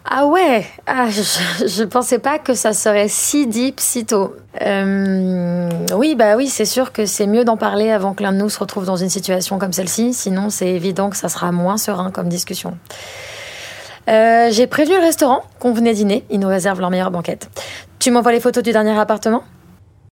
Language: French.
Ah ouais, je pensais pas que ça serait si deep, si tôt. Oui, c'est sûr que c'est mieux d'en parler avant que l'un de nous se retrouve dans une situation comme celle-ci. Sinon, c'est évident que ça sera moins serein comme discussion. J'ai prévenu le restaurant qu'on venait dîner. Ils nous réservent leur meilleure banquette. Tu m'envoies les photos du dernier appartement ?